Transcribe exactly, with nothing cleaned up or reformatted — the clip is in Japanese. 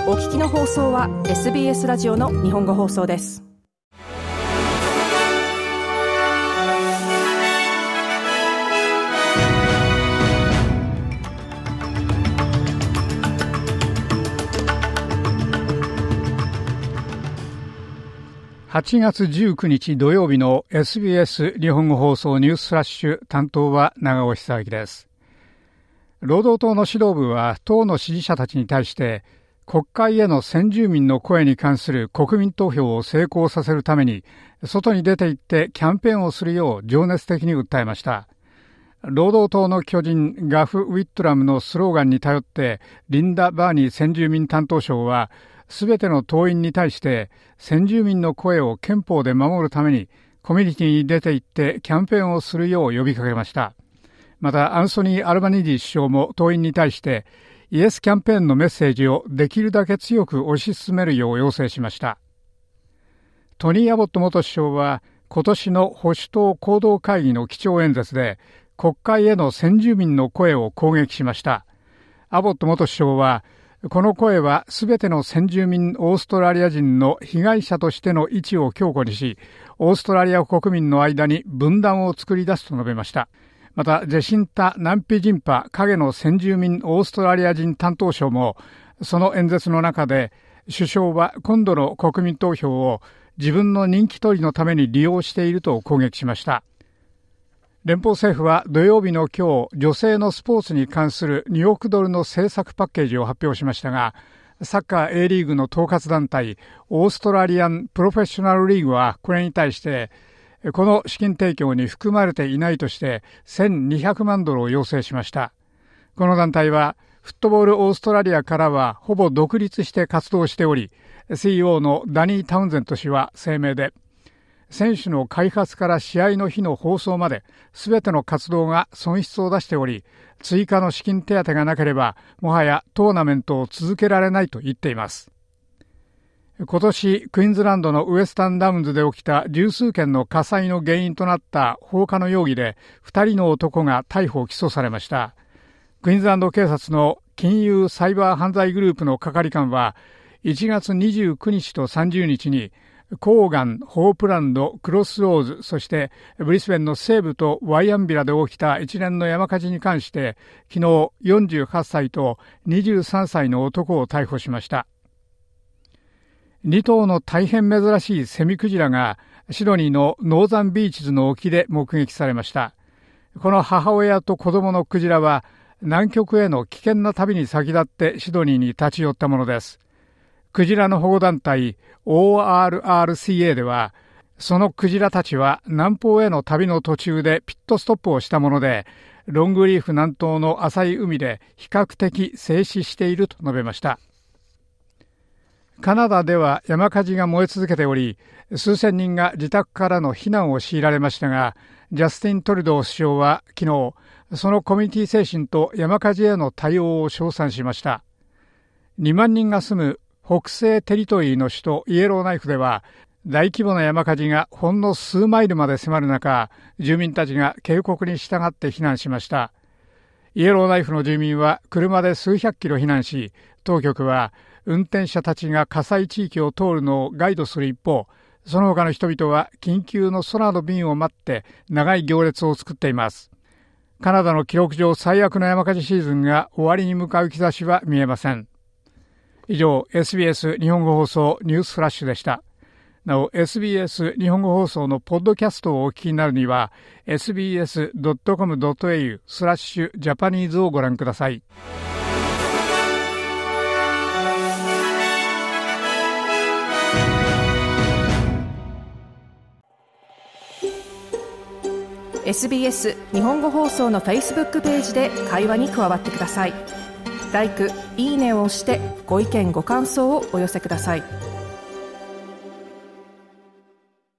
お聞きの放送は エスビーエス ラジオの日本語放送です。 はちがつじゅうくにち土曜日の エスビーエス 日本語放送ニュースフラッシュ、担当は長尾久明です。労働党の指導部は党の支持者たちに対して国会への先住民の声に関する国民投票を成功させるために外に出て行ってキャンペーンをするよう情熱的に訴えました。労働党の巨人ガフ・ウィットラムのスローガンに頼ってリンダ・バーニー先住民担当相はすべての党員に対して先住民の声を憲法で守るためにコミュニティに出て行ってキャンペーンをするよう呼びかけました。またアンソニー・アルバニージー首相も党員に対してイエスキャンペーンのメッセージをできるだけ強く推し進めるよう要請しました。トニー・アボット元首相は今年の保守党行動会議の基調演説で国会への先住民の声を攻撃しました。アボット元首相はこの声はすべての先住民オーストラリア人の被害者としての位置を強固にし、オーストラリア国民の間に分断を作り出すと述べました。また、ジェシンタ・ナンピジンパ影の先住民オーストラリア人担当相も、その演説の中で、首相は今度の国民投票を自分の人気取りのために利用していると攻撃しました。連邦政府は土曜日の今日、女性のスポーツに関するにおくドルの政策パッケージを発表しましたが、サッカー A リーグの統括団体、オーストラリアンプロフェッショナルリーグはこれに対して、この資金提供に含まれていないとしてせんにひゃくまんドルを要請しました。この団体はフットボールオーストラリアからはほぼ独立して活動しており、シーイーオー のダニー・タウンゼント氏は声明で、選手の開発から試合の日の放送まで全ての活動が損失を出しており、追加の資金手当がなければもはやトーナメントを続けられないと言っています。今年クイーンズランドのウエスタンダウンズで起きた十数件の火災の原因となった放火の容疑でふたりの男が逮捕・起訴されました。クイーンズランド警察の金融サイバー犯罪グループの係官はいちがつにじゅうくにちとさんじゅうにちにコーガン、ホープランド、クロスローズ、そしてブリスベンの西部とワイアンビラで起きた一連の山火事に関して昨日よんじゅうはっさいとにじゅうさんさいの男を逮捕しました。にとうの大変珍しいセミクジラがシドニーのノーザンビーチズの沖で目撃されました。この母親と子供のクジラは南極への危険な旅に先立ってシドニーに立ち寄ったものです。クジラの保護団体 オーアールアールシーエー ではそのクジラたちは南方への旅の途中でピットストップをしたもので、ロングリーフ南東の浅い海で比較的静止していると述べました。カナダでは山火事が燃え続けており、数千人が自宅からの避難を強いられましたが、ジャスティン・トルドー首相は昨日、そのコミュニティ精神と山火事への対応を称賛しました。にまんにんが住む北西テリトリーの首都イエローナイフでは、大規模な山火事がほんの数マイルまで迫る中、住民たちが警告に従って避難しました。イエローナイフの住民は車で数百キロ避難し、当局は運転者たちが火災地域を通るのをガイドする一方、その他の人々は緊急の空の便を待って長い行列を作っています。カナダの記録上最悪の山火事シーズンが終わりに向かう兆しは見えません。以上、エスビーエス 日本語放送ニュースフラッシュでした。なお、エスビーエス 日本語放送のポッドキャストをお聞きになるには エスビーエスドットコムドットエーユー スラッシュジャパニーズをご覧ください。 エスビーエス 日本語放送の Facebook ページで会話に加わってください。ライク、いいねを押してご意見ご感想をお寄せください。